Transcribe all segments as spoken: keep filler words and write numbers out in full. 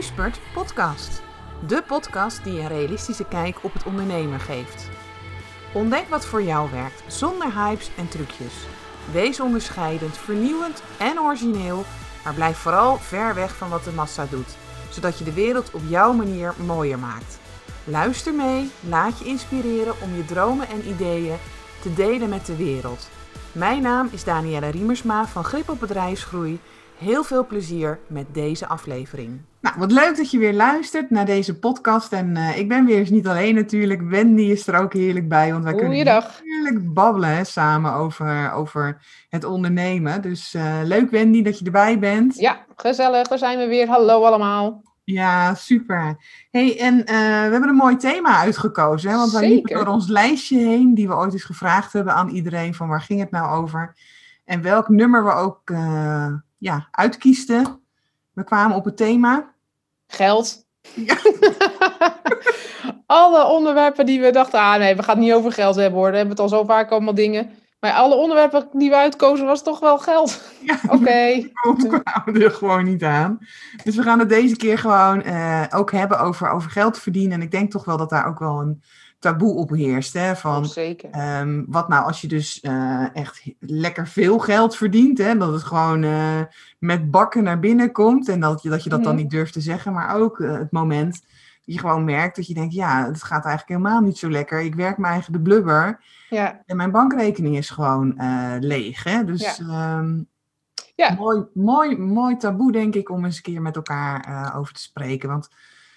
Nuuspert podcast. De podcast die een realistische kijk op het ondernemen geeft. Ontdek wat voor jou werkt, zonder hypes en trucjes. Wees onderscheidend, vernieuwend en origineel, maar blijf vooral ver weg van wat de massa doet, zodat je de wereld op jouw manier mooier maakt. Luister mee, laat je inspireren om je dromen en ideeën te delen met de wereld. Mijn naam is Danielle Riemersma van Grip op Bedrijfsgroei. Heel veel plezier met deze aflevering. Nou, wat leuk dat je weer luistert naar deze podcast. En uh, ik ben weer eens niet alleen natuurlijk. Wendy is er ook heerlijk bij. Want wij Goeiedag. kunnen heerlijk babbelen hè, samen over, over het ondernemen. Dus uh, leuk Wendy dat je erbij bent. Ja, gezellig. Daar zijn we weer. Hallo allemaal. Ja, super. Hey, en uh, we hebben een mooi thema uitgekozen. Hè? Want wij Zeker. liepen door ons lijstje heen die we ooit eens gevraagd hebben aan iedereen. Van waar ging het nou over? En welk nummer we ook uh, ja, uitkiesten. We kwamen op het thema. Geld. Ja. Alle onderwerpen die we dachten, ah nee, we gaan het niet over geld hebben hoor. We hebben het al zo vaak allemaal dingen. Maar alle onderwerpen die we uitkozen was toch wel geld. Ja, Oké. Okay. We kwamen er gewoon niet aan. Dus we gaan het deze keer gewoon uh, ook hebben over, over geld verdienen. En ik denk toch wel dat daar ook wel een taboe op heerst. Hè? Van, oh, zeker. Um, wat nou als je dus uh, echt lekker veel geld verdient. Hè? Dat het gewoon uh, met bakken naar binnen komt. En dat je dat, je dat dan niet durft te zeggen. Maar ook uh, het moment dat je gewoon merkt dat je denkt. Ja, het gaat eigenlijk helemaal niet zo lekker. Ik werk me eigen de blubber. Ja. En mijn bankrekening is gewoon uh, leeg. Hè? Dus ja. Um, ja. Mooi, mooi, mooi taboe denk ik om eens een keer met elkaar uh, over te spreken. Want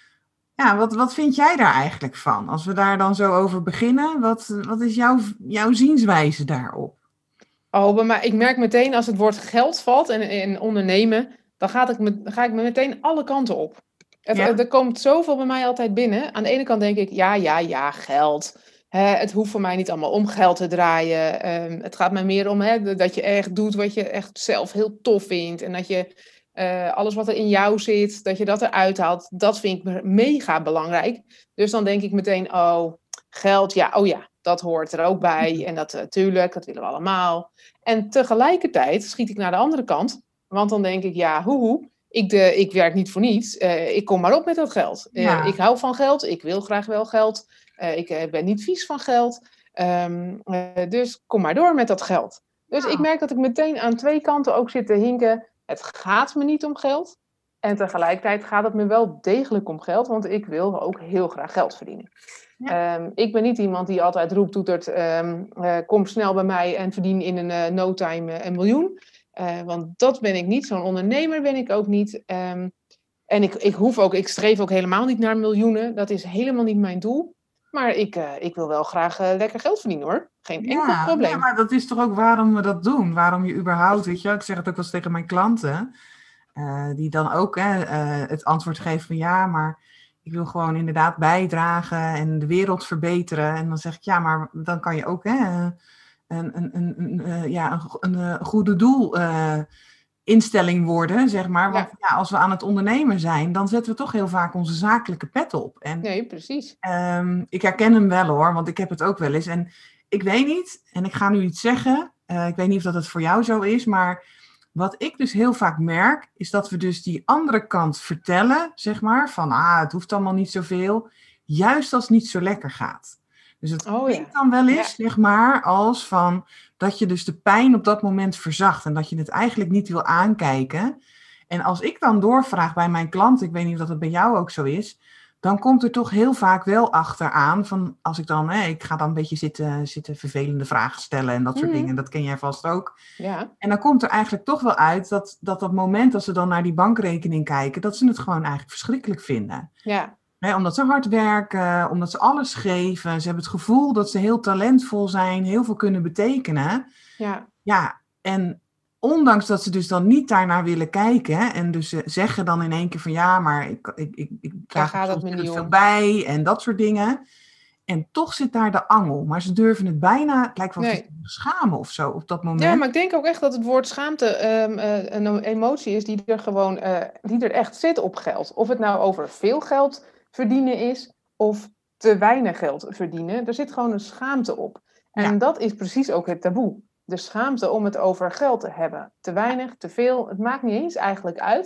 ja, wat, wat vind jij daar eigenlijk van? Als we daar dan zo over beginnen, wat, wat is jouw, jouw zienswijze daarop? Oh, bij mij, ik merk meteen als het woord geld valt en, en ondernemen, dan, gaat ik me, dan ga ik me meteen alle kanten op. Het, ja. Er komt zoveel bij mij altijd binnen. Aan de ene kant denk ik, ja, ja, ja, geld. He, het hoeft voor mij niet allemaal om geld te draaien. Um, het gaat mij meer om he, dat je echt doet wat je echt zelf heel tof vindt. En dat je uh, alles wat er in jou zit, dat je dat eruit haalt. Dat vind ik mega belangrijk. Dus dan denk ik meteen, oh, geld, ja, oh ja, dat hoort er ook bij. En dat natuurlijk, uh, dat willen we allemaal. En tegelijkertijd schiet ik naar de andere kant. Want dan denk ik, ja, hoehoe. Ik, de, ik werk niet voor niets. Uh, ik kom maar op met dat geld. Uh, ja. Ik hou van geld. Ik wil graag wel geld. Uh, ik uh, ben niet vies van geld. Um, uh, dus kom maar door met dat geld. Dus ja. Ik merk dat ik meteen aan twee kanten ook zit te hinken. Het gaat me niet om geld. En tegelijkertijd gaat het me wel degelijk om geld. Want ik wil ook heel graag geld verdienen. Ja. Um, ik ben niet iemand die altijd roept toetert. Um, uh, kom snel bij mij en verdien in een uh, no time uh, een miljoen. Uh, want dat ben ik niet. Zo'n ondernemer ben ik ook niet. Um, en ik, ik hoef ook, ik streef ook helemaal niet naar miljoenen. Dat is helemaal niet mijn doel. Maar ik, uh, ik wil wel graag uh, lekker geld verdienen hoor. Geen enkel ja, probleem. Ja, maar dat is toch ook waarom we dat doen. Waarom je überhaupt, weet je, ik zeg het ook wel eens tegen mijn klanten. Uh, die dan ook hè, uh, het antwoord geven van ja, maar ik wil gewoon inderdaad bijdragen en de wereld verbeteren. En dan zeg ik ja, maar dan kan je ook hè, een, een, een, een, een, ja, een, een goede doel uh, instelling worden, zeg maar. Want ja. Ja, als we aan het ondernemen zijn, dan zetten we toch heel vaak onze zakelijke pet op. En, nee, precies. Um, ik herken hem wel hoor, want ik heb het ook wel eens. En ik weet niet, en ik ga nu iets zeggen, uh, ik weet niet of dat het voor jou zo is, maar wat ik dus heel vaak merk, is dat we dus die andere kant vertellen, zeg maar, van ah, het hoeft allemaal niet zoveel, juist als het niet zo lekker gaat. Dus het oh, klinkt ja. dan wel eens, ja. zeg maar, als van dat je dus de pijn op dat moment verzacht en dat je het eigenlijk niet wil aankijken. En als ik dan doorvraag bij mijn klant, ik weet niet of dat het bij jou ook zo is, dan komt er toch heel vaak wel achteraan van als ik dan, hè, ik ga dan een beetje zitten, zitten vervelende vragen stellen en dat soort mm. dingen, dat ken jij vast ook. Ja. En dan komt er eigenlijk toch wel uit dat, dat dat moment als ze dan naar die bankrekening kijken, dat ze het gewoon eigenlijk verschrikkelijk vinden. Ja. Hè, omdat ze hard werken, omdat ze alles geven, ze hebben het gevoel dat ze heel talentvol zijn, heel veel kunnen betekenen. Ja. Ja, en ondanks dat ze dus dan niet daarnaar willen kijken en dus zeggen dan in één keer van ja, maar ik, ik, ik, ik krijg er soms niet veel bij en dat soort dingen. En toch zit daar de angel. Maar ze durven het bijna, het lijkt wel nee. te schamen of zo op dat moment. Ja, maar ik denk ook echt dat het woord schaamte um, uh, een emotie is die er gewoon, uh, die er echt zit op geld. Of het nou over veel geld verdienen is of te weinig geld verdienen. Er zit gewoon een schaamte op. En ja. Dat is precies ook het taboe. De schaamte om het over geld te hebben. Te weinig, te veel. Het maakt niet eens eigenlijk uit.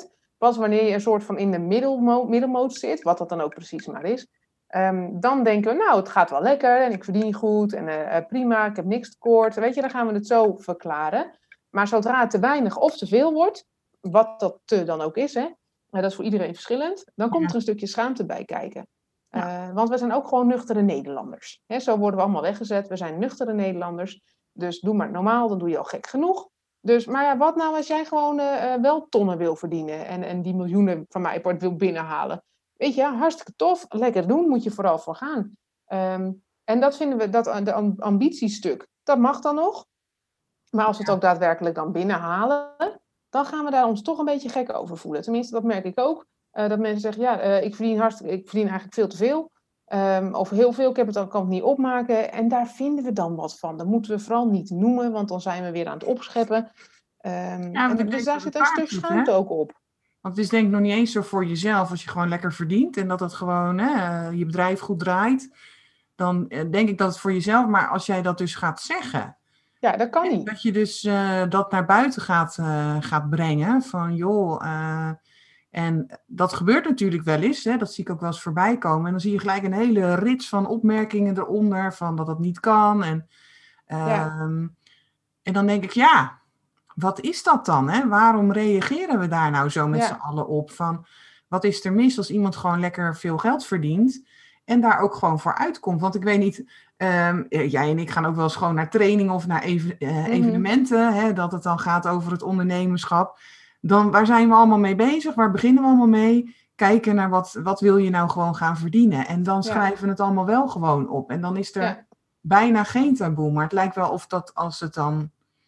Pas wanneer je een soort van in de middelmo- middelmoot zit, wat dat dan ook precies maar is, um, dan denken we, nou, het gaat wel lekker en ik verdien goed en uh, prima, ik heb niks tekort. Weet je, dan gaan we het zo verklaren. Maar zodra het te weinig of te veel wordt, wat dat te dan ook is, hè, dat is voor iedereen verschillend, dan komt Ja. er een stukje schaamte bij kijken. Ja. Uh, want we zijn ook gewoon nuchtere Nederlanders. Hè, zo worden we allemaal weggezet. We zijn nuchtere Nederlanders. Dus doe maar normaal, dan doe je al gek genoeg. Dus, maar ja, wat nou als jij gewoon uh, wel tonnen wil verdienen en, en die miljoenen van mij wil binnenhalen? Weet je, hartstikke tof, lekker doen, moet je vooral voor gaan. Um, en dat vinden we, dat de ambitiestuk, dat mag dan nog. Maar als we het ook daadwerkelijk dan binnenhalen, dan gaan we daar ons toch een beetje gek over voelen. Tenminste, dat merk ik ook. Uh, dat mensen zeggen, ja, uh, ik, verdien hartstikke, ik verdien eigenlijk veel te veel. Um, of heel veel, ik heb het dan, kan het niet opmaken. En daar vinden we dan wat van. Dat moeten we vooral niet noemen, want dan zijn we weer aan het opscheppen. Um, Ja, en dus daar zit een stuk schaamte ook op. Want het is denk ik nog niet eens zo voor jezelf als je gewoon lekker verdient en dat het gewoon hè, je bedrijf goed draait. Dan denk ik dat het voor jezelf, maar als jij dat dus gaat zeggen. Ja, dat kan niet. Dat je dus uh, dat naar buiten gaat, uh, gaat brengen van joh, uh, en dat gebeurt natuurlijk wel eens, hè, dat zie ik ook wel eens voorbij komen. En dan zie je gelijk een hele rits van opmerkingen eronder, van dat dat niet kan. En, uh, ja. en dan denk ik, ja, wat is dat dan? Hè? Waarom reageren we daar nou zo met ja. z'n allen op? Van, wat is er mis als iemand gewoon lekker veel geld verdient en daar ook gewoon voor uitkomt? Want ik weet niet, um, jij en ik gaan ook wel eens gewoon naar trainingen of naar even, uh, mm-hmm. evenementen, hè, dat het dan gaat over het ondernemerschap. Dan, waar zijn we allemaal mee bezig? Waar beginnen we allemaal mee? Kijken naar wat, wat wil je nou gewoon gaan verdienen? En dan schrijven ja. we het allemaal wel gewoon op. En dan is er ja. bijna geen taboe. Maar het lijkt wel of dat als het dan...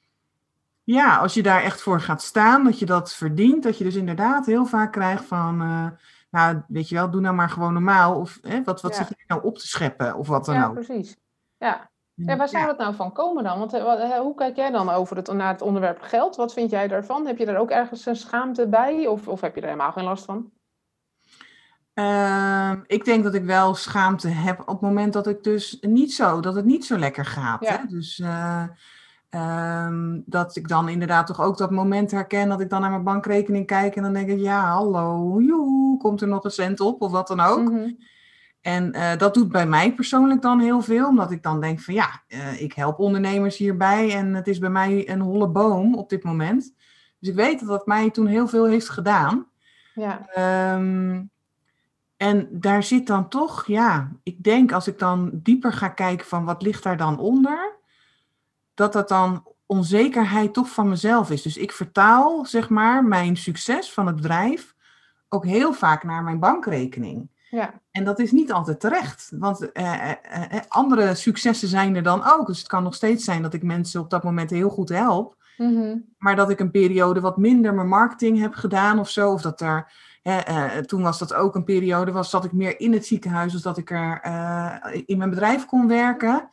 Ja, als je daar echt voor gaat staan, dat je dat verdient. Dat je dus inderdaad heel vaak krijgt van... Uh, nou, weet je wel, doe nou maar gewoon normaal. Of hè, wat, wat ja. zit je nou op te scheppen? Of wat dan ja, ook. Precies. Ja, Ja, waar zou ja. dat nou van komen dan? Want uh, hoe kijk jij dan over het, naar het onderwerp geld? Wat vind jij daarvan? Heb je daar ook ergens een schaamte bij? Of, of heb je er helemaal geen last van? Uh, ik denk dat ik wel schaamte heb op het moment dat ik dus niet zo, dat het niet zo lekker gaat. Ja. Hè? Dus uh, um, dat ik dan inderdaad toch ook dat moment herken dat ik dan naar mijn bankrekening kijk en dan denk ik, ja, hallo, joe, komt er nog een cent op of wat dan ook. Mm-hmm. En uh, dat doet bij mij persoonlijk dan heel veel, omdat ik dan denk van ja, uh, ik help ondernemers hierbij en het is bij mij een holle boom op dit moment. Dus ik weet dat dat mij toen heel veel heeft gedaan. Ja. Um, en daar zit dan toch, ja, ik denk als ik dan dieper ga kijken van wat ligt daar dan onder, dat dat dan onzekerheid toch van mezelf is. Dus ik vertaal, zeg maar, mijn succes van het bedrijf ook heel vaak naar mijn bankrekening. Ja. En dat is niet altijd terecht, want eh, eh, eh, andere successen zijn er dan ook. Dus het kan nog steeds zijn dat ik mensen op dat moment heel goed help. Mm-hmm. Maar dat ik een periode wat minder mijn marketing heb gedaan of zo. Of dat er, eh, eh, toen was dat ook een periode, was dat ik meer in het ziekenhuis, dus dat ik er eh, in mijn bedrijf kon werken.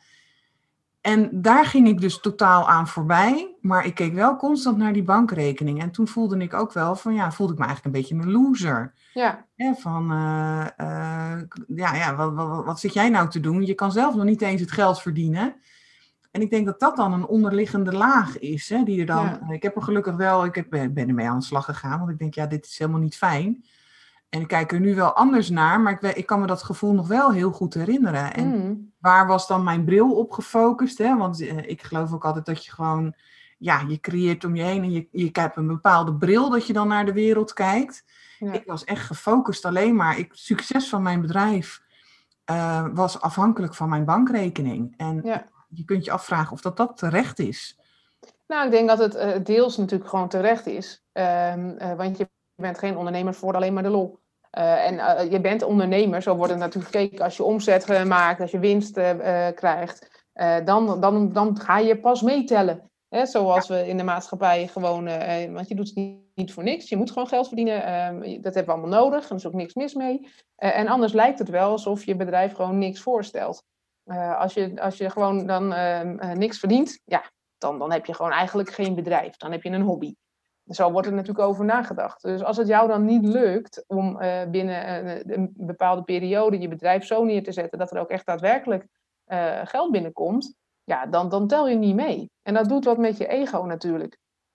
En daar ging ik dus totaal aan voorbij. Maar ik keek wel constant naar die bankrekening. En toen voelde ik ook wel van, ja, voelde ik me eigenlijk een beetje een loser. Ja. Ja, van, uh, uh, ja, ja wat, wat, wat zit jij nou te doen? Je kan zelf nog niet eens het geld verdienen. En ik denk dat dat dan een onderliggende laag is. Hè, die er dan, Ja. Ik heb er gelukkig wel, ik heb, ben ermee aan de slag gegaan. Want ik denk, ja, dit is helemaal niet fijn. En ik kijk er nu wel anders naar. Maar ik, ik kan me dat gevoel nog wel heel goed herinneren. En Mm. waar was dan mijn bril op gefocust? Hè? Want uh, ik geloof ook altijd dat je gewoon... Ja, je creëert om je heen en je, je hebt een bepaalde bril dat je dan naar de wereld kijkt. Ja. Ik was echt gefocust alleen maar. Ik, succes van mijn bedrijf uh, was afhankelijk van mijn bankrekening. En ja. je kunt je afvragen of dat, dat terecht is. Nou, ik denk dat het uh, deels natuurlijk gewoon terecht is. Uh, uh, want je bent geen ondernemer voor alleen maar de lol. Uh, en uh, je bent ondernemer, zo wordt het natuurlijk gekeken als je omzet uh, maakt, als je winst uh, uh, krijgt. Uh, dan, dan, dan ga je pas meetellen. Hè, zoals ja. we in de maatschappij gewoon, uh, want je doet het niet, niet voor niks. Je moet gewoon geld verdienen. Uh, dat hebben we allemaal nodig. Er is ook niks mis mee. Uh, en anders lijkt het wel alsof je bedrijf gewoon niks voorstelt. Uh, als, je, als je gewoon dan uh, uh, niks verdient, ja, dan, dan heb je gewoon eigenlijk geen bedrijf. Dan heb je een hobby. Zo wordt er natuurlijk over nagedacht. Dus als het jou dan niet lukt om uh, binnen uh, een bepaalde periode je bedrijf zo neer te zetten dat er ook echt daadwerkelijk uh, geld binnenkomt, ja, dan, dan tel je niet mee. En dat doet wat met je ego natuurlijk.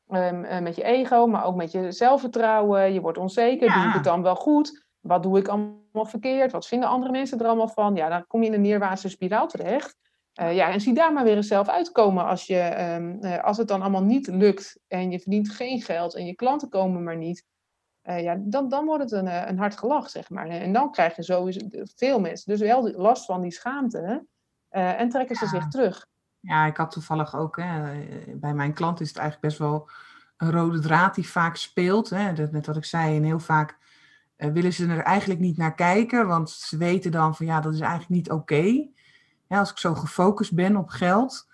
Um, uh, met je ego, maar ook met je zelfvertrouwen. Je wordt onzeker. Ja. Doe ik het dan wel goed? Wat doe ik allemaal verkeerd? Wat vinden andere mensen er allemaal van? Ja, dan kom je in een neerwaartse spiraal terecht. Uh, ja, en zie daar maar weer eens zelf uitkomen. Als, je, um, uh, als het dan allemaal niet lukt en je verdient geen geld en je klanten komen maar niet. Uh, ja, dan, dan wordt het een, uh, een hard gelach, zeg maar. En dan krijg je sowieso veel mensen dus wel last van die schaamte. Uh, en trekken ze Ja. zich terug. Ja, ik had toevallig ook, hè, bij mijn klant is het eigenlijk best wel een rode draad die vaak speelt. Hè. Dat, net wat ik zei, en heel vaak uh, willen ze er eigenlijk niet naar kijken, want ze weten dan van ja, dat is eigenlijk niet oké. Okay. Ja, als ik zo gefocust ben op geld.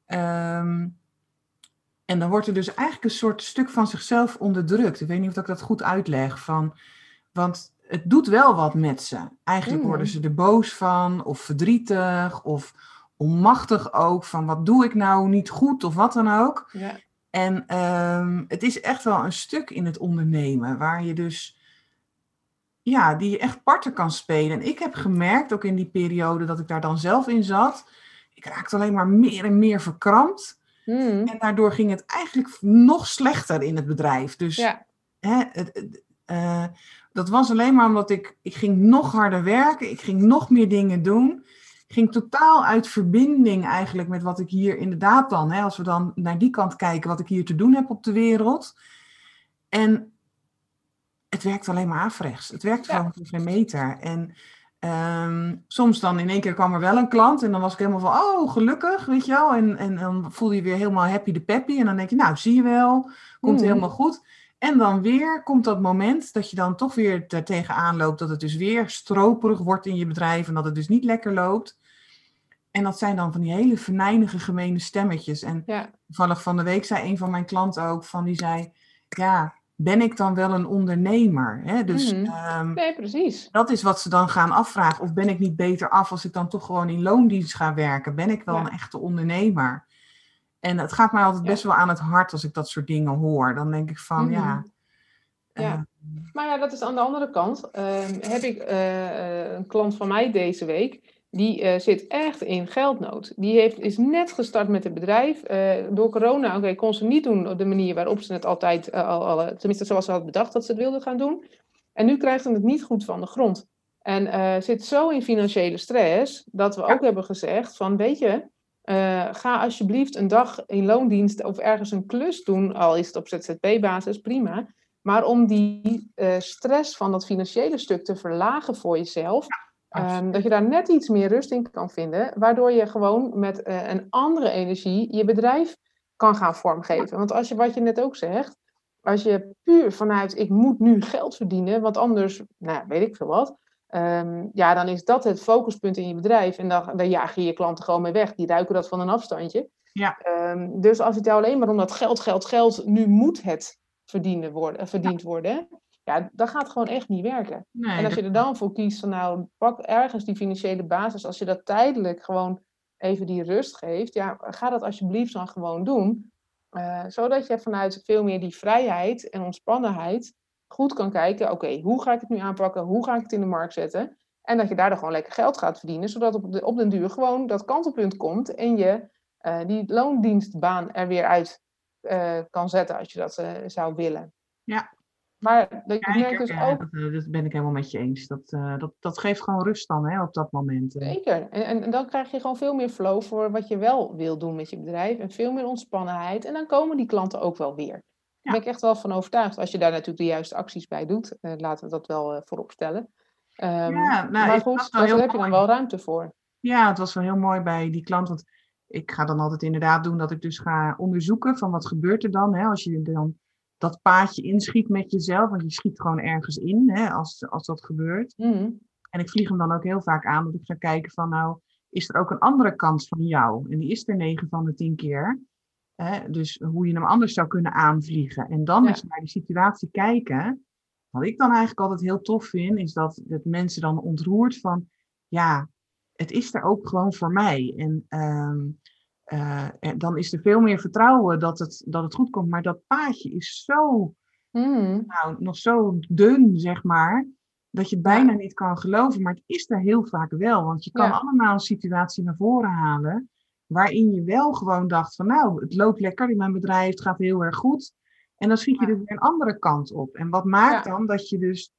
Um, en dan wordt er dus eigenlijk een soort stuk van zichzelf onderdrukt. Ik weet niet of ik dat goed uitleg. Van, want het doet wel wat met ze. Eigenlijk Mm. worden ze er boos van, of verdrietig, of onmachtig ook. Van wat doe ik nou niet goed, of wat dan ook. Ja. En um, het is echt wel een stuk in het ondernemen, waar je dus, ja, die je echt parten kan spelen. En ik heb gemerkt, ook in die periode dat ik daar dan zelf in zat, ik raakte alleen maar meer en meer verkrampt. Mm. En daardoor ging het eigenlijk nog slechter in het bedrijf. Dus ja. hè, het, het, uh, dat was alleen maar omdat ik, ik ging nog harder werken. Ik ging nog meer dingen doen. Ik ging totaal uit verbinding eigenlijk met wat ik hier inderdaad dan, hè, als we dan naar die kant kijken, wat ik hier te doen heb op de wereld. En het werkt alleen maar averechts. Het werkt gewoon ja. geen meter. En Um, soms dan in één keer kwam er wel een klant en dan was ik helemaal van, oh, gelukkig, weet je wel. En, en dan voel je weer helemaal happy de peppy. En dan denk je, nou, zie je wel, komt mm. helemaal goed. En dan weer komt dat moment dat je dan toch weer er tegenaan loopt, dat het dus weer stroperig wordt in je bedrijf en dat het dus niet lekker loopt. En dat zijn dan van die hele venijnige, gemene stemmetjes. En ja. toevallig van de week zei een van mijn klanten ook, van die zei, ja, ben ik dan wel een ondernemer? Hè? Dus mm-hmm. um, nee, precies. Dat is wat ze dan gaan afvragen. Of ben ik niet beter af als ik dan toch gewoon in loondienst ga werken? Ben ik wel ja. een echte ondernemer? En het gaat mij altijd ja. best wel aan het hart als ik dat soort dingen hoor. Dan denk ik van, mm-hmm. ja... Ja, uh, maar ja, dat is aan de andere kant. Uh, heb ik uh, een klant van mij deze week... Die uh, zit echt in geldnood. Die heeft, is net gestart met het bedrijf. Uh, door corona okay, kon ze niet doen op de manier waarop ze het altijd... Uh, al, al, tenminste, zoals ze had bedacht dat ze het wilde gaan doen. En nu krijgt ze het niet goed van de grond. En uh, zit zo in financiële stress... dat we ja. ook hebben gezegd van... weet je, uh, ga alsjeblieft een dag in loondienst... of ergens een klus doen... al is het op Z Z P-basis, prima... Maar om die uh, stress van dat financiële stuk te verlagen voor jezelf... Um, dat je daar net iets meer rust in kan vinden... waardoor je gewoon met uh, een andere energie je bedrijf kan gaan vormgeven. Want als je, wat je net ook zegt... als je puur vanuit ik moet nu geld verdienen... want anders, nou weet ik veel wat... Um, ja, dan is dat het focuspunt in je bedrijf... en dan, dan jaag je je klanten gewoon mee weg. Die ruiken dat van een afstandje. Ja. Um, dus als het jou alleen maar om dat geld, geld, geld... nu moet het verdienen worden, verdiend ja. worden... Ja, dat gaat gewoon echt niet werken. Nee, en als je er dan voor kiest van nou, pak ergens die financiële basis. Als je dat tijdelijk gewoon even die rust geeft. Ja, ga dat alsjeblieft dan gewoon doen. Uh, zodat je vanuit veel meer die vrijheid en ontspannenheid goed kan kijken. Oké, okay, hoe ga ik het nu aanpakken? Hoe ga ik het in de markt zetten? En dat je daardoor gewoon lekker geld gaat verdienen. Zodat op, de, op den duur gewoon dat kantelpunt komt. En je uh, die loondienstbaan er weer uit uh, kan zetten als je dat uh, zou willen. Ja. Maar dat, ja, merk dus ja, ook... dat, dat ben ik helemaal met je eens. Dat, uh, dat, dat geeft gewoon rust dan, hè, op dat moment. Zeker. En, en, en dan krijg je gewoon veel meer flow voor wat je wel wil doen met je bedrijf. En veel meer ontspannenheid. En dan komen die klanten ook wel weer. Daar ja. ben ik echt wel van overtuigd. Als je daar natuurlijk de juiste acties bij doet. Uh, laten we dat wel uh, voorop stellen. Um, ja, nou, maar goed, daar heb je dan wel ruimte voor. Ja, het was wel heel mooi bij die klant. Want ik ga dan altijd inderdaad doen dat ik dus ga onderzoeken van wat gebeurt er dan. Hè, als je dan... dat paadje inschiet met jezelf, want je schiet gewoon ergens in, hè, als, als dat gebeurt. Mm. En ik vlieg hem dan ook heel vaak aan, dat ik ga kijken van, nou, is er ook een andere kant van jou? En die is er negen van de tien keer. Hè, dus hoe je hem anders zou kunnen aanvliegen. En dan ja. eens naar die situatie kijken. Wat ik dan eigenlijk altijd heel tof vind, is dat, dat mensen dan ontroerd van, ja, het is er ook gewoon voor mij. En... Um, Uh, dan is er veel meer vertrouwen dat het, dat het goed komt. Maar dat paadje is zo, mm. nou, nog zo dun, zeg maar, dat je het bijna ja. niet kan geloven. Maar het is er heel vaak wel. Want je kan ja. allemaal een situatie naar voren halen waarin je wel gewoon dacht van nou, het loopt lekker in mijn bedrijf, het gaat heel erg goed. En dan schiet je Ja. dus weer een andere kant op. En wat maakt Ja. dan dat je dus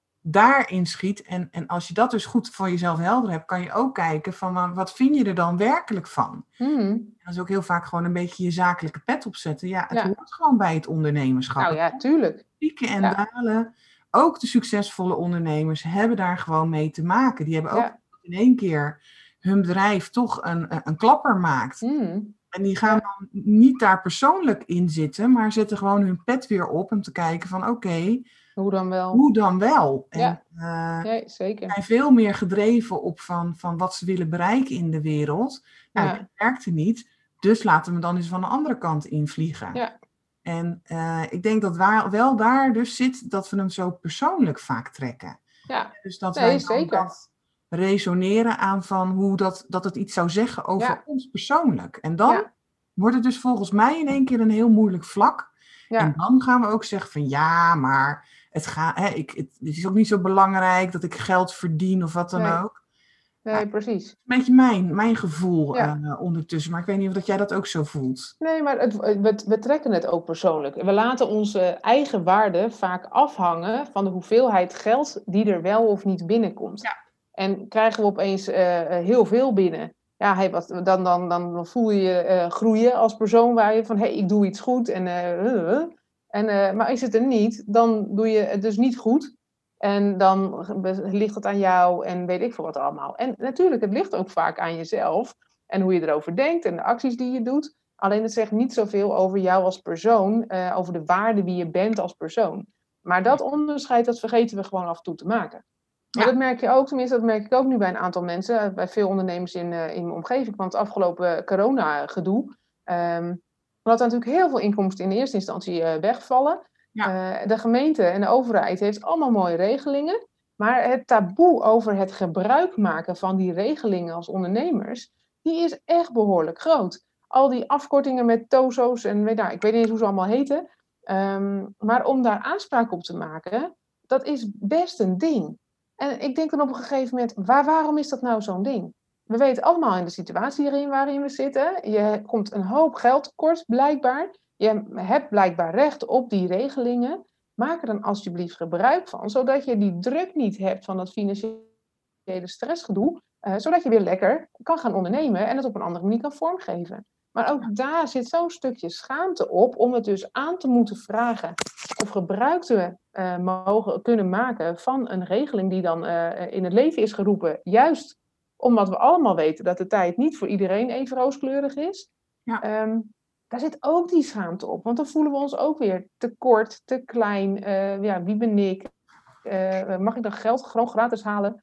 daarin schiet? En, en als je dat dus goed voor jezelf helder hebt, kan je ook kijken van wat vind je er dan werkelijk van? Mm. En dat is ook heel vaak gewoon een beetje je zakelijke pet opzetten. Ja, het Ja. hoort gewoon bij het ondernemerschap. Nou ja, tuurlijk. Pieken en Ja. dalen. Ook de succesvolle ondernemers hebben daar gewoon mee te maken. Die hebben ook Ja. in één keer hun bedrijf toch een, een, een klapper maakt. Mm. En die gaan Ja. dan niet daar persoonlijk in zitten, maar zetten gewoon hun pet weer op om te kijken van oké, okay, Hoe dan wel? hoe dan wel? Ja. En uh, Nee, zeker. zijn veel meer gedreven op van, van wat ze willen bereiken in de wereld. Nou, Ja. dat werkte niet, dus laten we dan eens van de andere kant invliegen. Ja. En uh, ik denk dat waar, wel daar dus zit dat we hem zo persoonlijk vaak trekken. Ja. Dus dat Nee, wij dan zeker. dat resoneren aan van hoe dat, dat het iets zou zeggen over Ja. ons persoonlijk. En dan Ja. wordt het dus volgens mij in één keer een heel moeilijk vlak. Ja. En dan gaan we ook zeggen van ja, maar het, gaat, hè, ik, het, het is ook niet zo belangrijk dat ik geld verdien of wat dan Nee. ook. Nee, Ja, precies. een beetje mijn, mijn gevoel Ja. uh, ondertussen. Maar ik weet niet of dat jij dat ook zo voelt. Nee, maar het, we, we trekken het ook persoonlijk. We laten onze eigen waarde vaak afhangen van de hoeveelheid geld die er wel of niet binnenkomt. Ja. En krijgen we opeens uh, heel veel binnen. Ja, hey, wat, dan, dan, dan voel je je uh, groeien als persoon waar je van, hé, hey, ik doe iets goed. En, uh, uh, en, uh, maar is het er niet, dan doe je het dus niet goed. En dan ligt het aan jou en weet ik veel wat allemaal. En natuurlijk, het ligt ook vaak aan jezelf. En hoe je erover denkt en de acties die je doet. Alleen het zegt niet zoveel over jou als persoon. Uh, over de waarde wie je bent als persoon. Maar dat onderscheid, dat vergeten we gewoon af en toe te maken. Maar ja. Dat merk je ook, tenminste dat merk ik ook nu bij een aantal mensen. Bij veel ondernemers in, uh, in mijn omgeving. Want het afgelopen corona-gedoe. Um, omdat er natuurlijk heel veel inkomsten in eerste instantie uh, wegvallen. Ja. Uh, de gemeente en de overheid heeft allemaal mooie regelingen. Maar het taboe over het gebruik maken van die regelingen als ondernemers, die is echt behoorlijk groot. Al die afkortingen met tozo's en weet, nou, ik weet niet eens hoe ze allemaal heten. Um, maar om daar aanspraak op te maken, dat is best een ding. En ik denk dan op een gegeven moment, waar, waarom is dat nou zo'n ding? We weten allemaal in de situatie hierin waarin we zitten. Je komt een hoop geld tekort, blijkbaar. Je hebt blijkbaar recht op die regelingen. Maak er dan alsjeblieft gebruik van, zodat je die druk niet hebt van dat financiële stressgedoe, uh, zodat je weer lekker kan gaan ondernemen en het op een andere manier kan vormgeven. Maar ook daar zit zo'n stukje schaamte op om het dus aan te moeten vragen of gebruik te uh, mogen kunnen maken van een regeling die dan uh, in het leven is geroepen, juist omdat we allemaal weten dat de tijd niet voor iedereen even rooskleurig is. Ja. Um, daar zit ook die schaamte op, want dan voelen we ons ook weer te kort, te klein. Uh, ja, wie ben ik? Uh, mag ik dan geld gewoon gratis halen?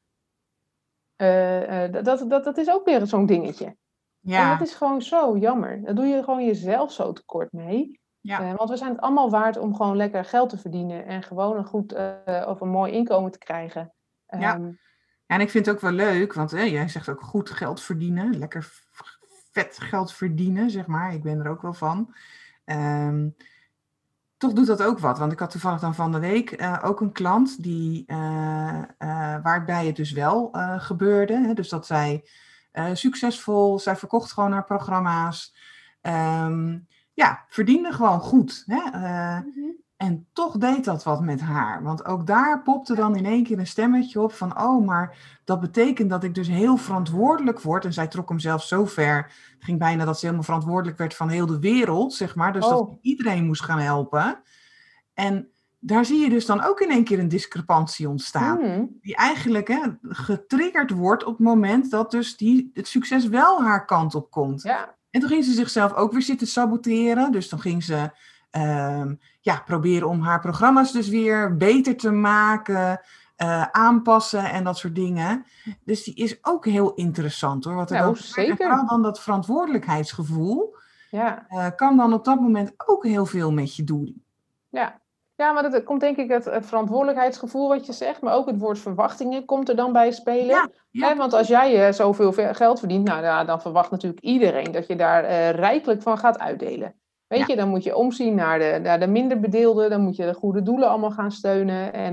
Uh, uh, dat, dat, dat is ook weer zo'n dingetje. Ja. En dat is gewoon zo jammer. Daar doe je gewoon jezelf zo tekort mee. Ja. Uh, want we zijn het allemaal waard om gewoon lekker geld te verdienen en gewoon een goed uh, of een mooi inkomen te krijgen. Um, ja. Ja, en ik vind het ook wel leuk, want hè, jij zegt ook goed geld verdienen, lekker vet geld verdienen, zeg maar. Ik ben er ook wel van. Um, toch doet dat ook wat, want ik had toevallig dan van de week uh, ook een klant die, uh, uh, waarbij het dus wel uh, gebeurde. Hè, dus dat zij uh, succesvol, zij verkocht gewoon haar programma's. Um, ja, verdiende gewoon goed. Hè? Uh, mm-hmm. En toch deed dat wat met haar. Want ook daar popte dan in één keer een stemmetje op van, oh, maar dat betekent dat ik dus heel verantwoordelijk word. En zij trok hem zelfs zo ver, het ging bijna dat ze helemaal verantwoordelijk werd van heel de wereld, zeg maar. Dus oh. dat iedereen moest gaan helpen. En daar zie je dus dan ook in één keer een discrepantie ontstaan. Mm. Die eigenlijk hè, getriggerd wordt op het moment dat dus die, het succes wel haar kant op komt. Ja. En toen ging ze zichzelf ook weer zitten saboteren. Dus dan ging ze um, ja, proberen om haar programma's dus weer beter te maken, uh, aanpassen en dat soort dingen. Dus die is ook heel interessant hoor. Wat er nou, dan, zeker. En vooral dan dat verantwoordelijkheidsgevoel ja. uh, kan dan op dat moment ook heel veel met je doen. Ja. Ja, maar dat komt denk ik het, het verantwoordelijkheidsgevoel wat je zegt, maar ook het woord verwachtingen komt er dan bij spelen. Ja, ja. Hè, want als jij uh, zoveel geld verdient, nou ja, dan verwacht natuurlijk iedereen dat je daar uh, rijkelijk van gaat uitdelen. Weet ja. je, dan moet je omzien naar de, naar de minder bedeelden, dan moet je de goede doelen allemaal gaan steunen. En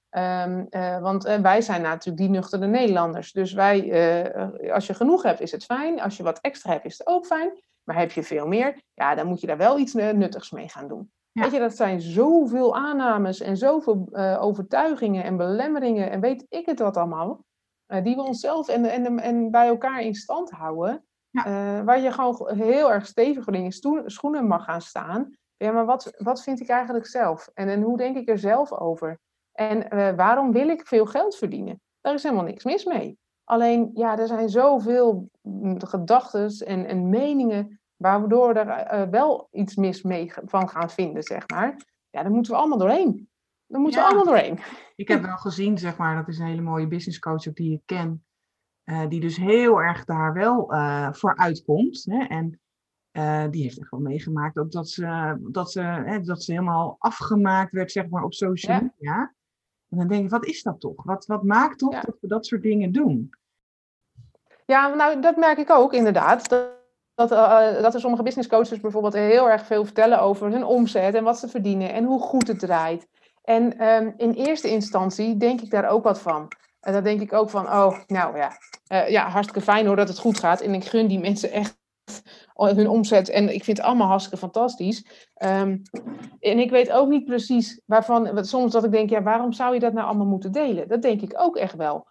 Um, uh, want uh, wij zijn natuurlijk die nuchtere Nederlanders. Dus wij, uh, als je genoeg hebt, is het fijn. Als je wat extra hebt, is het ook fijn. Maar heb je veel meer, ja, dan moet je daar wel iets uh, nuttigs mee gaan doen. Ja. Weet je, dat zijn zoveel aannames en zoveel uh, overtuigingen en belemmeringen en weet ik het wat allemaal. Uh, die we onszelf en, en, en bij elkaar in stand houden. Ja. Uh, waar je gewoon heel erg stevig in je schoenen mag gaan staan. Ja, maar wat, wat vind ik eigenlijk zelf? En, en hoe denk ik er zelf over? En uh, waarom wil ik veel geld verdienen? Daar is helemaal niks mis mee. Alleen, ja, er zijn zoveel gedachten en, en meningen waardoor we er uh, wel iets mis mee van gaan vinden, zeg maar. Ja, daar moeten we allemaal doorheen. Daar moeten ja. we allemaal doorheen. Ik heb wel gezien, zeg maar, dat is een hele mooie businesscoach ook die ik ken. Uh, die dus heel erg daar wel uh, voor uitkomt. Hè? En uh, die heeft echt wel meegemaakt ook dat ze, dat, ze, hè, dat ze helemaal afgemaakt werd, zeg maar, op social media. Ja. En dan denk ik, wat is dat toch? Wat, wat maakt toch ja. dat we dat soort dingen doen? Ja, nou, dat merk ik ook inderdaad. Dat, dat, uh, dat er sommige businesscoaches bijvoorbeeld heel erg veel vertellen over hun omzet en wat ze verdienen en hoe goed het draait. En um, in eerste instantie denk ik daar ook wat van. En dan denk ik ook van, oh, nou ja, uh, ja, hartstikke fijn hoor dat het goed gaat. En ik gun die mensen echt hun omzet. En ik vind het allemaal hartstikke fantastisch. Um, en ik weet ook niet precies waarvan, soms dat ik denk, ja, waarom zou je dat nou allemaal moeten delen? Dat denk ik ook echt wel.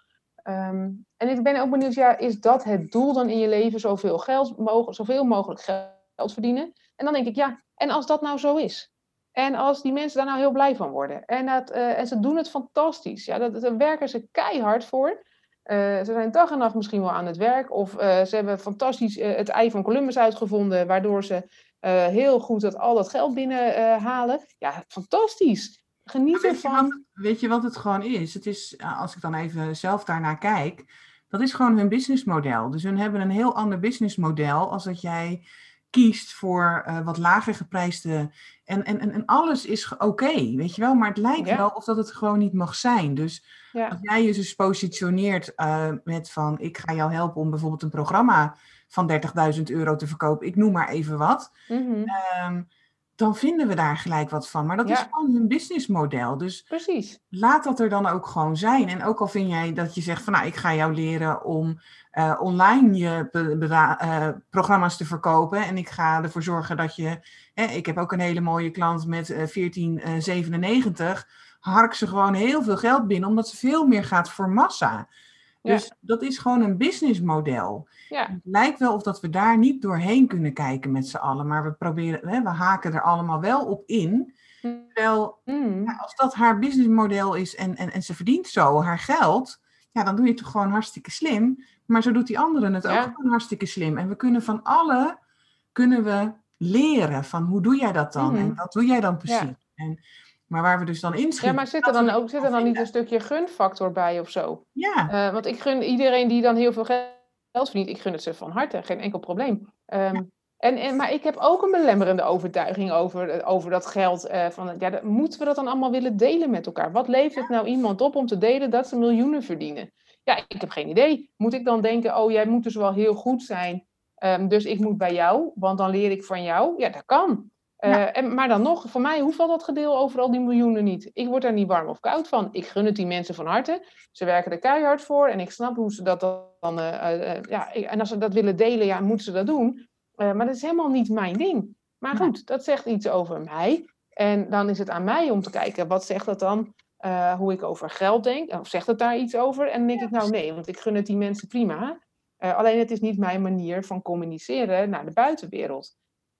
Um, en ik ben ook benieuwd, ja, is dat het doel dan in je leven? Zoveel geld mogelijk, zoveel mogelijk geld verdienen? En dan denk ik, ja, en als dat nou zo is? En als die mensen daar nou heel blij van worden. En, dat, uh, en ze doen het fantastisch. Ja, dat, daar werken ze keihard voor. Uh, ze zijn dag en nacht misschien wel aan het werk. Of uh, ze hebben fantastisch uh, het ei van Columbus uitgevonden. Waardoor ze uh, heel goed dat, al dat geld binnenhalen. Uh, ja, fantastisch. Geniet weet ervan. Je wat, weet je wat het gewoon is? Het is, als ik dan even zelf daarnaar kijk. Dat is gewoon hun businessmodel. Dus hun hebben een heel ander businessmodel als dat jij kiest voor uh, wat lager geprijsde. En, en, en alles is oké, okay, weet je wel. Maar het lijkt ja. wel of dat het gewoon niet mag zijn. Dus ja. als jij je dus positioneert uh, met van... ik ga jou helpen om bijvoorbeeld een programma van dertigduizend euro te verkopen. Ik noem maar even wat. Mm-hmm. Um, dan vinden we daar gelijk wat van. Maar dat ja. is gewoon hun businessmodel. Dus precies. Laat dat er dan ook gewoon zijn. En ook al vind jij dat je zegt van... nou, ik ga jou leren om uh, online je be- be- uh, programma's te verkopen. En ik ga ervoor zorgen dat je... Hè, ik heb ook een hele mooie klant met uh, veertien zevenennegentig. Hark ze gewoon heel veel geld binnen. Omdat ze veel meer gaat voor massa. Dus ja. dat is gewoon een businessmodel. Ja. Het lijkt wel of dat we daar niet doorheen kunnen kijken met z'n allen. Maar we proberen, hè, we haken er allemaal wel op in. Terwijl, mm. ja, als dat haar businessmodel is en, en, en ze verdient zo haar geld. Ja, dan doe je het toch gewoon hartstikke slim. Maar zo doet die andere het ja. ook gewoon hartstikke slim. En we kunnen van allen, kunnen we leren van hoe doe jij dat dan? Mm. En wat doe jij dan precies? Ja. En, maar waar we dus dan inschieten... Ja, maar zit er dan ook zit er dan niet een stukje gunfactor bij of zo? Ja. Uh, want ik gun iedereen die dan heel veel geld verdient, ik gun het ze van harte, geen enkel probleem. Um, ja. en, en, maar ik heb ook een belemmerende overtuiging over, over dat geld. Uh, van, ja, dat, moeten we dat dan allemaal willen delen met elkaar? Wat levert ja. nou iemand op om te delen dat ze miljoenen verdienen? Ja, ik heb geen idee. Moet ik dan denken, oh, jij moet dus wel heel goed zijn, um, dus ik moet bij jou, want dan leer ik van jou? Ja, dat kan. Uh, ja. en, maar dan nog, voor mij hoeft al dat gedeel over al die miljoenen niet. Ik word daar niet warm of koud van. Ik gun het die mensen van harte. Ze werken er keihard voor en ik snap hoe ze dat dan... Uh, uh, ja, en als ze dat willen delen, ja, moeten ze dat doen. Uh, maar dat is helemaal niet mijn ding. Maar goed, ja. dat zegt iets over mij. En dan is het aan mij om te kijken, wat zegt dat dan? Uh, hoe ik over geld denk? Of zegt het daar iets over? En dan denk ja. ik, nou nee, want ik gun het die mensen prima. Uh, alleen het is niet mijn manier van communiceren naar de buitenwereld.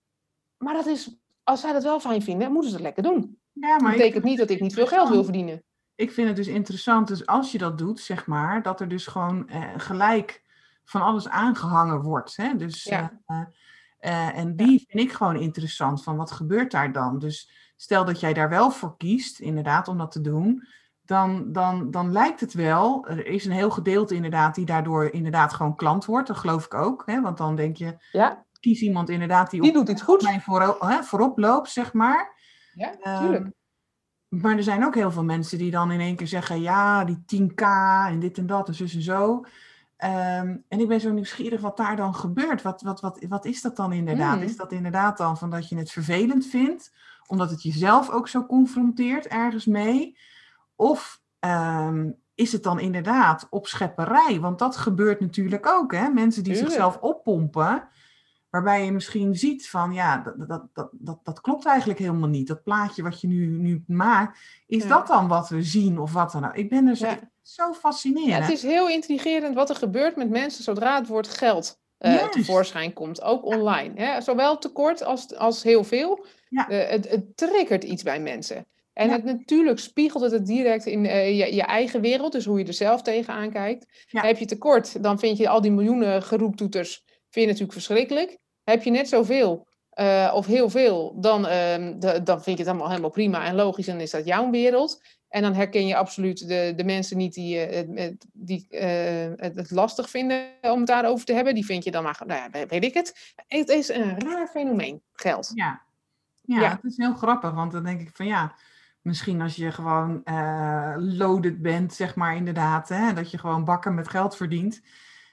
Maar dat is... Als zij dat wel fijn vinden, moeten ze het lekker doen. Ja, maar dat betekent niet dat ik niet veel geld wil verdienen. Ik vind het dus interessant, dus als je dat doet, zeg maar, dat er dus gewoon eh, gelijk van alles aangehangen wordt. Hè? Dus, ja. uh, uh, en die ja. vind ik gewoon interessant, van wat gebeurt daar dan? Dus stel dat jij daar wel voor kiest, inderdaad, om dat te doen, dan, dan, dan lijkt het wel, er is een heel gedeelte inderdaad die daardoor inderdaad gewoon klant wordt, dat geloof ik ook. Hè? Want dan denk je... Ja. Kies iemand inderdaad die, die op, doet iets goeds. mij voor, hè, voorop loopt, zeg maar. Ja, tuurlijk. Um, maar er zijn ook heel veel mensen die dan in één keer zeggen... ja, die tien k en dit en dat en zus en zo. Um, en ik ben zo nieuwsgierig wat daar dan gebeurt. Wat, wat, wat, wat is dat dan inderdaad? Mm. Is dat inderdaad dan van dat je het vervelend vindt... omdat het jezelf ook zo confronteert ergens mee? Of Um, is het dan inderdaad opschepperij? Want dat gebeurt natuurlijk ook, hè? Mensen die Tuurlijk. zichzelf oppompen, waarbij je misschien ziet van, ja, dat, dat, dat, dat, dat klopt eigenlijk helemaal niet. Dat plaatje wat je nu, nu maakt, is Ja. dat dan wat we zien of wat dan ook? Ik ben er zo, Ja. ik- zo fascinerend. Ja, het is heel intrigerend wat er gebeurt met mensen zodra het woord geld uh, Juist. tevoorschijn komt, ook online. Hè? Zowel tekort als, als heel veel. Ja. Uh, het, het triggert iets bij mensen. En Ja. het, natuurlijk spiegelt het het direct in uh, je, je eigen wereld, dus hoe je er zelf tegenaan kijkt. Ja. Heb je tekort, dan vind je al die miljoenen geroeptoeters vind je natuurlijk verschrikkelijk. Heb je net zoveel uh, of heel veel, dan, uh, de, dan vind je het allemaal helemaal prima en logisch en is dat jouw wereld. En dan herken je absoluut de, de mensen niet die, uh, die uh, het lastig vinden om het daarover te hebben. Die vind je dan maar, nou ja, weet ik het. Het is een raar fenomeen, geld. Ja. Ja, Ja. het is heel grappig, want dan denk ik van ja, misschien als je gewoon uh, loaded bent, zeg maar inderdaad, hè, dat je gewoon bakken met geld verdient,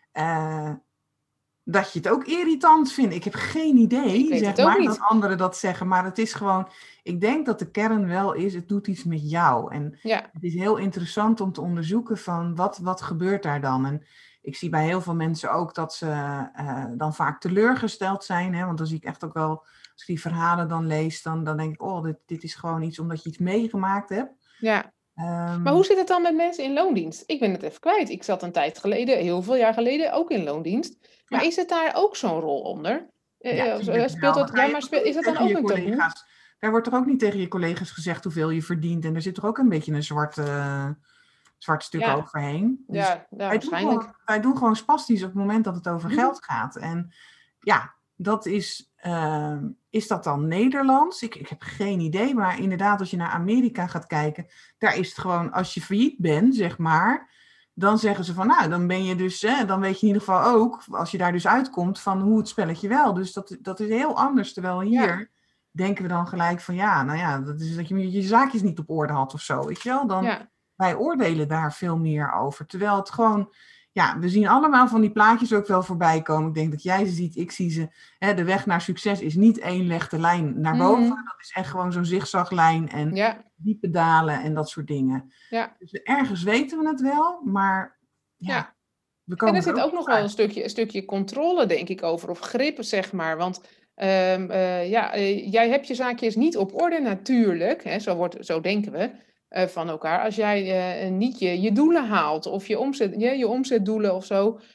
uh, dat je het ook irritant vindt. Ik heb geen idee, zeg maar, dat anderen dat zeggen, maar het is gewoon, ik denk dat de kern wel is, het doet iets met jou. En ja. Het is heel interessant om te onderzoeken van wat, wat gebeurt daar dan. En ik zie bij heel veel mensen ook dat ze uh, dan vaak teleurgesteld zijn, hè, want dan zie ik echt ook wel, als ik die verhalen dan lees, dan, dan denk ik, oh, dit, dit is gewoon iets omdat je iets meegemaakt hebt. Ja. Um, maar hoe zit het dan met mensen in loondienst? Ik ben het even kwijt. Ik zat een tijd geleden, heel veel jaar geleden, ook in loondienst. Maar ja. Is het daar ook zo'n rol onder? Ja, uh, speelt dat, ja maar speel, is dat dan ook een taboe? Daar wordt toch ook niet tegen je collega's gezegd hoeveel je verdient. En er zit toch ook een beetje een zwart, uh, zwart stuk ja. overheen. Dus ja, ja, wij waarschijnlijk. Doen gewoon, wij doen gewoon spastisch op het moment dat het over geld gaat. En ja, dat is... Uh, is dat dan Nederlands? Ik, ik heb geen idee. Maar inderdaad, als je naar Amerika gaat kijken, daar is het gewoon, als je failliet bent, zeg maar, dan zeggen ze van, nou, dan ben je dus, hè, dan weet je in ieder geval ook, als je daar dus uitkomt, van hoe het spelletje wel. Dus dat, dat is heel anders. Terwijl hier ja. denken we dan gelijk van, ja, nou ja, dat is dat je je zaakjes niet op orde had of zo, weet je wel? Dan, ja. Wij oordelen daar veel meer over. Terwijl het gewoon... Ja, we zien allemaal van die plaatjes ook wel voorbij komen. Ik denk dat jij ze ziet, ik zie ze. Hè, de weg naar succes is niet één rechte lijn naar boven. Mm. Dat is echt gewoon zo'n zigzaglijn en ja. diepe dalen en dat soort dingen. Ja. Dus ergens weten we het wel, maar ja, ja. we komen En er zit ook, ook nog wel een stukje, een stukje controle, denk ik, over. Of grip, zeg maar. Want um, uh, ja, uh, jij hebt je zaakjes niet op orde natuurlijk. Hè, zo, wordt, zo denken we. Uh, van elkaar. Als jij uh, niet je, je doelen haalt of je, omzet, je, je omzetdoelen of zo. Um,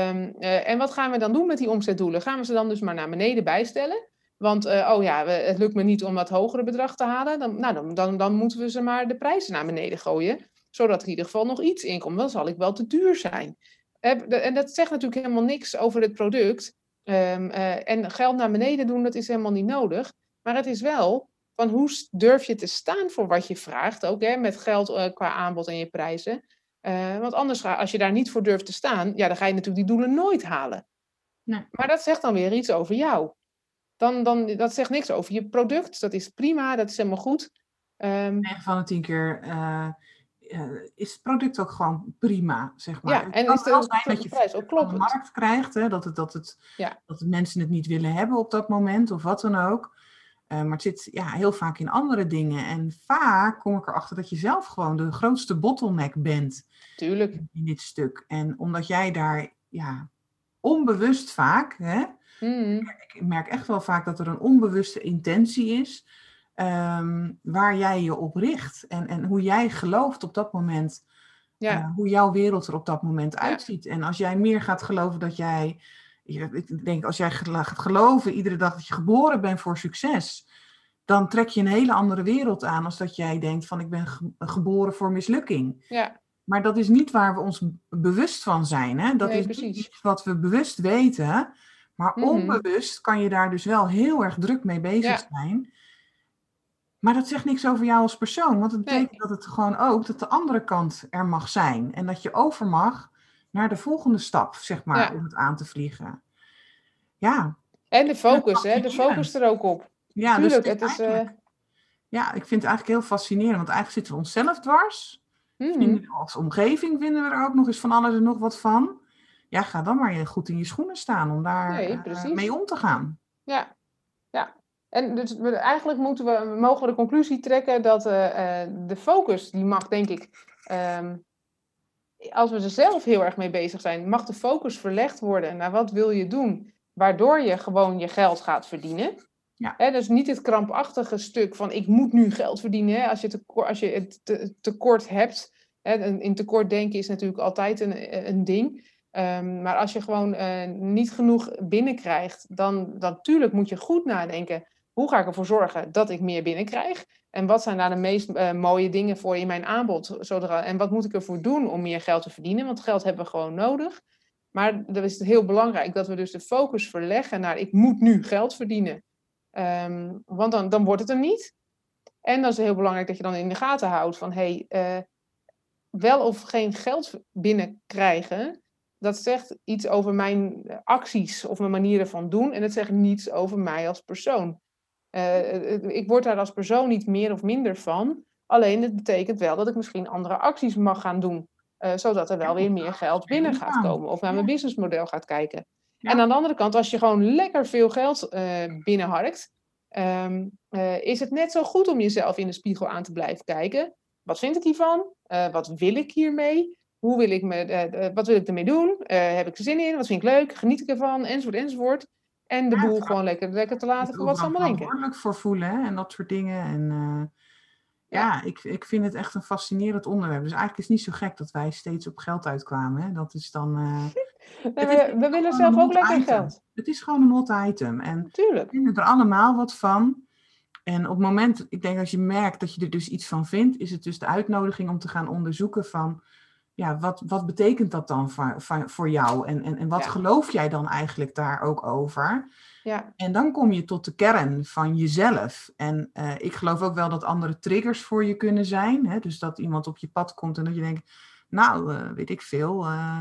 uh, en wat gaan we dan doen met die omzetdoelen? Gaan we ze dan dus maar naar beneden bijstellen? Want, uh, oh ja, we, het lukt me niet om dat hogere bedrag te halen. Dan, nou, dan, dan, dan moeten we ze maar de prijzen naar beneden gooien. Zodat er in ieder geval nog iets inkomt. Dan zal ik wel te duur zijn. Uh, en dat zegt natuurlijk helemaal niks over het product. Um, uh, en geld naar beneden doen, dat is helemaal niet nodig. Maar het is wel... van hoe durf je te staan voor wat je vraagt, ook hè, met geld uh, qua aanbod en je prijzen. Uh, want anders, ga, als je daar niet voor durft te staan, ja, dan ga je natuurlijk die doelen nooit halen. Nee. Maar dat zegt dan weer iets over jou. Dan, dan, dat zegt niks over je product, dat is prima, dat is helemaal goed. Um, negen van de tien keer uh, uh, is het product ook gewoon prima, zeg maar. Ja, en het is de, kan wel zijn de dat je prijs ook van de markt krijgt, hè, dat, het, dat, het, ja. dat de mensen het niet willen hebben op dat moment, of wat dan ook. Uh, maar het zit ja, heel vaak in andere dingen. En vaak kom ik erachter dat je zelf gewoon de grootste bottleneck bent. Tuurlijk. In dit stuk. En omdat jij daar ja, onbewust vaak... Hè, mm. Ik merk echt wel vaak dat er een onbewuste intentie is. Um, waar jij je op richt. En, en hoe jij gelooft op dat moment. Ja. Uh, hoe jouw wereld er op dat moment uitziet. Ja. En als jij meer gaat geloven dat jij... Ik denk, als jij gaat geloven iedere dag dat je geboren bent voor succes, dan trek je een hele andere wereld aan als dat jij denkt van ik ben ge- geboren voor mislukking. Ja. Maar dat is niet waar we ons bewust van zijn. Hè? Dat nee, is precies. niet iets wat we bewust weten, maar mm-hmm. onbewust kan je daar dus wel heel erg druk mee bezig ja. zijn. Maar dat zegt niks over jou als persoon, want het betekent nee. dat het gewoon ook dat de andere kant er mag zijn en dat je over mag naar de volgende stap, zeg maar, ja. om het aan te vliegen. Ja. En de focus, hè? De focus er ook op. Ja, Tuurlijk, dus het is... Uh... Ja, ik vind het eigenlijk heel fascinerend, want eigenlijk zitten we onszelf dwars. Mm-hmm. Vinden, als omgeving vinden we er ook nog eens van alles en nog wat van. Ja, ga dan maar goed in je schoenen staan om daar nee, uh, mee om te gaan. Ja, ja. En dus we, eigenlijk moeten we, we mogen de conclusie trekken dat uh, uh, de focus, die mag denk ik Um, als we er zelf heel erg mee bezig zijn, mag de focus verlegd worden naar wat wil je doen, waardoor je gewoon je geld gaat verdienen. Ja. He, dus niet het krampachtige stuk van ik moet nu geld verdienen. He, als je, tekort, als je het te, tekort hebt. He, in tekort denken is natuurlijk altijd een, een ding. Um, maar als je gewoon uh, niet genoeg binnenkrijgt, dan, dan natuurlijk moet je goed nadenken. Hoe ga ik ervoor zorgen dat ik meer binnenkrijg? En wat zijn daar de meest uh, mooie dingen voor in mijn aanbod? Zodra, en wat moet ik ervoor doen om meer geld te verdienen? Want geld hebben we gewoon nodig. Maar dan is het heel belangrijk dat we dus de focus verleggen naar ik moet nu geld verdienen. Um, want dan, dan wordt het er niet. En dan is het heel belangrijk dat je dan in de gaten houdt van hey, uh, wel of geen geld binnenkrijgen, dat zegt iets over mijn acties of mijn manieren van doen en het zegt niets over mij als persoon. Uh, ik word daar als persoon niet meer of minder van, alleen het betekent wel dat ik misschien andere acties mag gaan doen, uh, zodat er wel weer meer geld binnen gaat komen of naar mijn businessmodel gaat kijken. Ja. En aan de andere kant, als je gewoon lekker veel geld uh, binnenharkt, um, uh, is het net zo goed om jezelf in de spiegel aan te blijven kijken. Wat vind ik hiervan? Uh, wat wil ik hiermee? Hoe wil ik me, uh, uh, wat wil ik ermee doen? Uh, heb ik er zin in? Wat vind ik leuk? Geniet ik ervan? Enzovoort, enzovoort. En de ja, boel gewoon lekker, lekker te laten voor wat ze allemaal denken. Verantwoordelijk voor voelen hè? En dat soort dingen. En uh, ja, ja ik, ik vind het echt een fascinerend onderwerp. Dus eigenlijk is het niet zo gek dat wij steeds op geld uitkwamen. Hè? Dat is dan... Uh, nee, we, is, we willen zelf ook lekker item. geld. Het is gewoon een hot item. En Tuurlijk. we vinden er allemaal wat van. En op het moment, ik denk als je merkt dat je er dus iets van vindt, is het dus de uitnodiging om te gaan onderzoeken van, ja, wat, wat betekent dat dan voor, voor jou? En, en, en wat ja. geloof jij dan eigenlijk daar ook over? Ja. En dan kom je tot de kern van jezelf. En uh, ik geloof ook wel dat andere triggers voor je kunnen zijn. Hè? Dus dat iemand op je pad komt en dat je denkt, nou, uh, weet ik veel. Uh,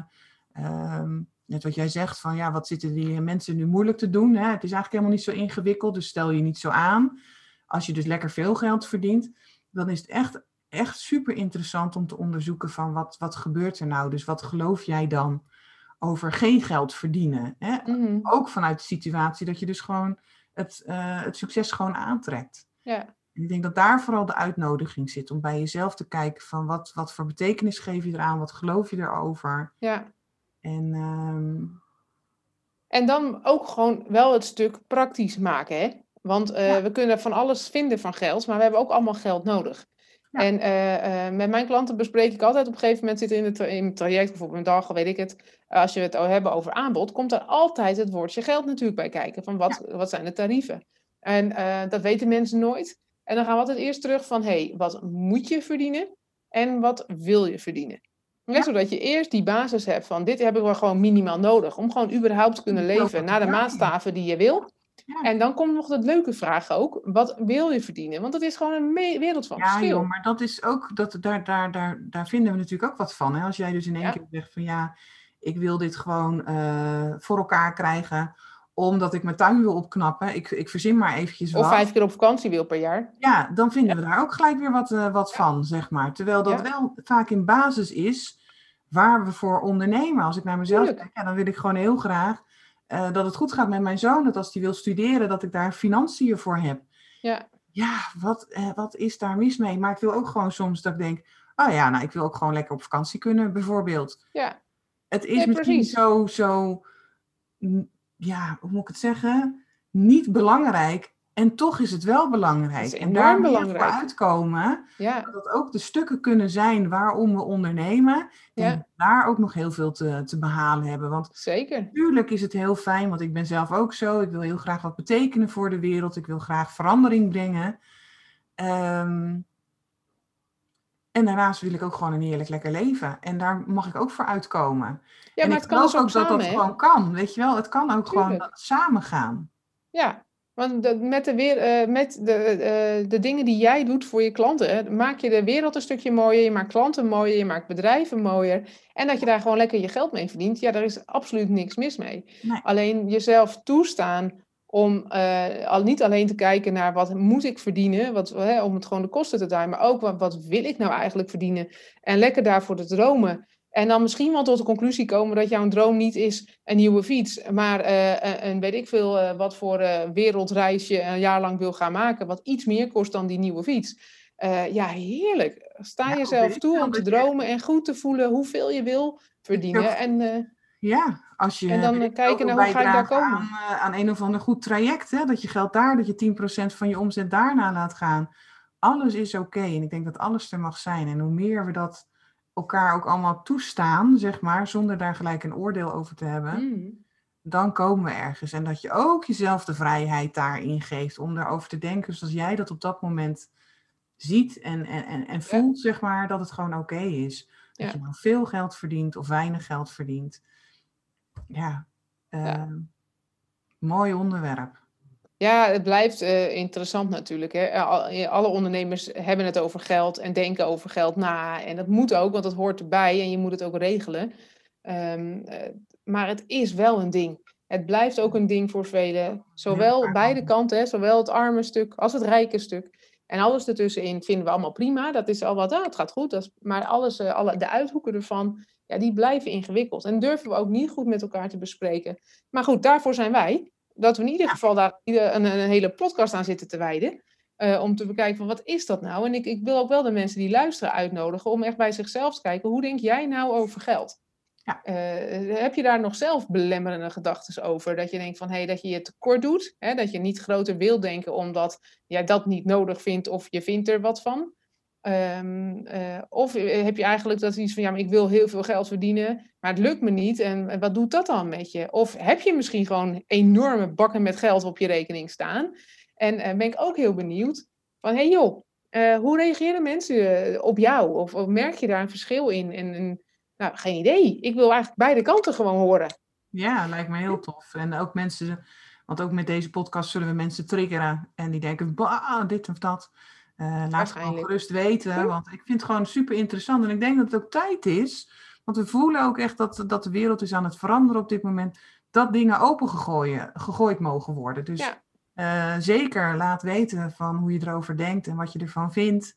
um, net wat jij zegt, van ja, wat zitten die mensen nu moeilijk te doen? Hè? Het is eigenlijk helemaal niet zo ingewikkeld, dus stel je niet zo aan. Als je dus lekker veel geld verdient, dan is het echt, echt super interessant om te onderzoeken van wat, wat gebeurt er nou? Dus wat geloof jij dan over geen geld verdienen? Hè? Mm-hmm. Ook vanuit de situatie dat je dus gewoon het, uh, het succes gewoon aantrekt. Ja. En ik denk dat daar vooral de uitnodiging zit om bij jezelf te kijken van wat, wat voor betekenis geef je eraan? Wat geloof je erover? Ja. En, um... en dan ook gewoon wel het stuk praktisch maken, hè? Want uh, ja. we kunnen van alles vinden van geld, maar we hebben ook allemaal geld nodig. Ja. En uh, uh, met mijn klanten bespreek ik altijd op een gegeven moment zitten in het, tra- in het traject, bijvoorbeeld een dag, weet ik het. Uh, als je het hebben over aanbod, komt er altijd het woordje geld natuurlijk bij kijken. Van wat, ja. wat zijn de tarieven? En uh, dat weten mensen nooit. En dan gaan we altijd eerst terug van, hé, hey, wat moet je verdienen? En wat wil je verdienen? Ja. Zodat je eerst die basis hebt van, dit heb ik wel gewoon minimaal nodig. Om gewoon überhaupt te kunnen leven naar de maatstaven die je wil. Ja. En dan komt nog de leuke vraag ook. Wat wil je verdienen? Want het is gewoon een me- wereld van ja, verschil. Ja joh, maar dat is ook, dat, daar, daar, daar, daar vinden we natuurlijk ook wat van. Hè? Als jij dus in één ja. keer zegt van ja, ik wil dit gewoon uh, voor elkaar krijgen. Omdat ik mijn tuin wil opknappen. Ik, ik verzin maar eventjes wat. Of vijf keer op vakantie wil per jaar. Ja, dan vinden ja. we daar ook gelijk weer wat, uh, wat ja. van, zeg maar. Terwijl dat ja. wel vaak in basis is waar we voor ondernemen. Als ik naar mezelf kijk, ja, dan wil ik gewoon heel graag Uh, dat het goed gaat met mijn zoon, dat als hij wil studeren, dat ik daar financiën voor heb. Ja, ja wat, uh, wat is daar mis mee? Maar ik wil ook gewoon soms dat ik denk, oh ja, nou, ik wil ook gewoon lekker op vakantie kunnen, bijvoorbeeld. Ja. Het is nee, misschien precies. zo, zo, ja, hoe moet ik het zeggen, niet belangrijk. En toch is het wel belangrijk. Het is en daar belangrijk. voor uitkomen, ja. dat het ook de stukken kunnen zijn waarom we ondernemen. Ja. En daar ook nog heel veel te, te behalen hebben. Want zeker. Natuurlijk is het heel fijn, want ik ben zelf ook zo. Ik wil heel graag wat betekenen voor de wereld. Ik wil graag verandering brengen. Um, en daarnaast wil ik ook gewoon een heerlijk lekker leven. En daar mag ik ook voor uitkomen. Ja, en maar ik het kan dus ook, ook dat samen, dat hè? gewoon kan. Weet je wel, het kan ook Tuurlijk. gewoon samen gaan. Ja, want de, met, de, weer, uh, met de, uh, de dingen die jij doet voor je klanten, maak je de wereld een stukje mooier. Je maakt klanten mooier, je maakt bedrijven mooier. En dat je daar gewoon lekker je geld mee verdient. Ja, daar is absoluut niks mis mee. Nee. Alleen jezelf toestaan om uh, al niet alleen te kijken naar wat moet ik verdienen, wat, hè, om het gewoon de kosten te draaien, maar ook wat, wat wil ik nou eigenlijk verdienen en lekker daarvoor te dromen. En dan misschien wel tot de conclusie komen dat jouw droom niet is een nieuwe fiets, maar uh, een weet ik veel uh, wat voor uh, wereldreis je een jaar lang wil gaan maken, wat iets meer kost dan die nieuwe fiets. Uh, ja, heerlijk. Sta ja, jezelf toe om te dromen je... en goed te voelen hoeveel je wil verdienen. Ook... En, uh, ja, als je en dan uh, kijken naar hoe ga ik daar komen. Aan, uh, aan een of ander goed traject, hè? Dat je geld daar, dat je tien procent van je omzet daarna laat gaan. Alles is oké okay. En ik denk dat alles er mag zijn. En hoe meer we dat elkaar ook allemaal toestaan, zeg maar, zonder daar gelijk een oordeel over te hebben, mm. dan komen we ergens. En dat je ook jezelf de vrijheid daarin geeft om daarover te denken, zoals jij dat op dat moment ziet en, en, en, en voelt, ja. zeg maar, dat het gewoon oké okay is. Dat ja. je nou veel geld verdient of weinig geld verdient. Ja, uh, ja. mooi onderwerp. Ja, het blijft uh, interessant natuurlijk. Hè? Alle ondernemers hebben het over geld en denken over geld na. En dat moet ook, want dat hoort erbij en je moet het ook regelen. Um, uh, maar het is wel een ding. Het blijft ook een ding voor velen. Zowel beide kanten, hè? Zowel het arme stuk als het rijke stuk. En alles ertussenin vinden we allemaal prima. Dat is al wat, ah, het gaat goed. Dat is, maar alles, uh, alle, de uithoeken ervan, ja, die blijven ingewikkeld. En durven we ook niet goed met elkaar te bespreken. Maar goed, daarvoor zijn wij. Dat we in ieder geval daar een, een, een hele podcast aan zitten te wijden. Uh, om te bekijken van wat is dat nou? En ik, ik wil ook wel de mensen die luisteren uitnodigen om echt bij zichzelf te kijken. Hoe denk jij nou over geld? Ja. Uh, heb je daar nog zelf belemmerende gedachten over? Dat je denkt van, hey, dat je je tekort doet. Hè? Dat je niet groter wil denken omdat jij dat niet nodig vindt of je vindt er wat van. Um, uh, of heb je eigenlijk dat iets van, ja, maar ik wil heel veel geld verdienen, maar het lukt me niet. En, en wat doet dat dan met je? Of heb je misschien gewoon enorme bakken met geld op je rekening staan? En uh, ben ik ook heel benieuwd van, hey joh, uh, hoe reageren mensen uh, op jou? Of, of merk je daar een verschil in? En, en, nou, geen idee. Ik wil eigenlijk beide kanten gewoon horen. Ja, lijkt me heel tof. En ook mensen, want ook met deze podcast zullen we mensen triggeren. En die denken, bah, dit of dat. Uh, laat het gewoon gerust weten, want ik vind het gewoon super interessant. En ik denk dat het ook tijd is, want we voelen ook echt dat, dat de wereld is aan het veranderen op dit moment, dat dingen opengegooid gegooid mogen worden. Dus ja. uh, zeker laat weten van hoe je erover denkt en wat je ervan vindt.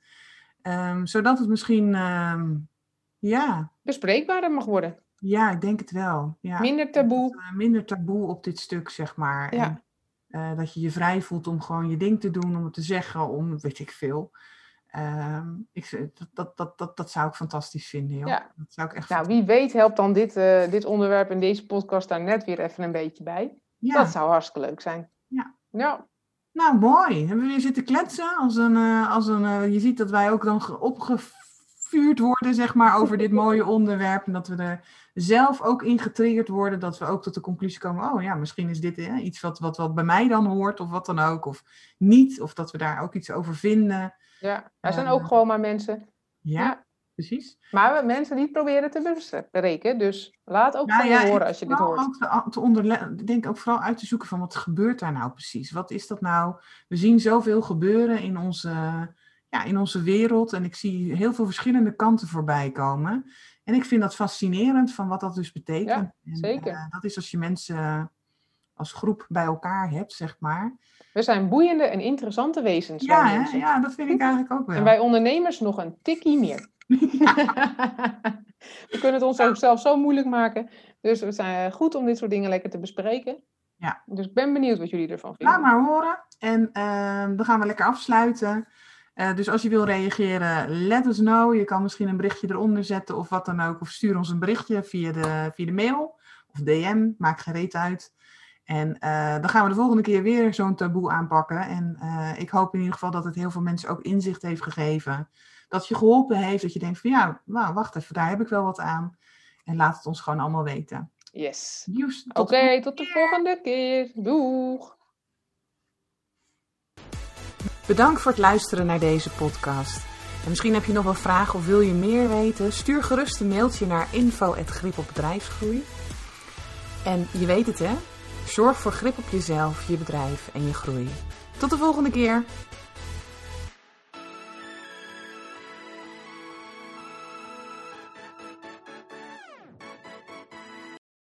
Um, zodat het misschien um, ja... bespreekbaarder mag worden. Ja, ik denk het wel. Ja. Minder taboe. Dat, uh, minder taboe op dit stuk, zeg maar. Ja. En, Uh, dat je je vrij voelt om gewoon je ding te doen, om het te zeggen, om weet ik veel. Uh, ik, dat, dat, dat, dat, dat zou ik fantastisch vinden, joh. Ja. Dat zou ik echt nou, wie weet helpt dan dit, uh, dit onderwerp en deze podcast daar net weer even een beetje bij. Ja. Dat zou hartstikke leuk zijn. Ja. ja. Nou, mooi. Hebben we weer zitten kletsen? Als een, uh, als een, uh, je ziet dat wij ook dan opgevuurd worden, zeg maar, over dit mooie onderwerp. En dat we er zelf ook in getriggerd worden, dat we ook tot de conclusie komen, oh ja, misschien is dit hè, iets wat, wat, wat bij mij dan hoort, of wat dan ook, of niet, of dat we daar ook iets over vinden. Ja, wij zijn uh, ook gewoon maar mensen. Ja, ja, precies. Maar we mensen die proberen te bereiken, dus laat ook nou, van ja, je horen als je dit hoort. Ook te, te onderle- denk ook vooral uit te zoeken van, wat gebeurt daar nou precies? Wat is dat nou? We zien zoveel gebeuren in onze, ja, in onze wereld, en ik zie heel veel verschillende kanten voorbij komen. En ik vind dat fascinerend van wat dat dus betekent. Ja, zeker. En, uh, dat is als je mensen als groep bij elkaar hebt, zeg maar. We zijn boeiende en interessante wezens. Ja, hè? Ja, dat vind ik eigenlijk ook wel. En wij ondernemers nog een tikkie meer. Ja. We kunnen het ons ook zelf zo moeilijk maken. Dus het is goed om dit soort dingen lekker te bespreken. Ja. Dus ik ben benieuwd wat jullie ervan vinden. Laat maar horen. En uh, dan gaan we lekker afsluiten. Uh, dus als je wil reageren, let us know. Je kan misschien een berichtje eronder zetten of wat dan ook. Of stuur ons een berichtje via de, via de mail of D M. Maakt geen reet uit. En uh, dan gaan we de volgende keer weer zo'n taboe aanpakken. En uh, ik hoop in ieder geval dat het heel veel mensen ook inzicht heeft gegeven. Dat je geholpen heeft. Dat je denkt van ja, nou, wacht even, daar heb ik wel wat aan. En laat het ons gewoon allemaal weten. Yes. Oké, okay, tot de volgende keer. Doeg. Bedankt voor het luisteren naar deze podcast. En misschien heb je nog wel vragen of wil je meer weten? Stuur gerust een mailtje naar info at grip op bedrijfsgroei. En je weet het hè, zorg voor grip op jezelf, je bedrijf en je groei. Tot de volgende keer!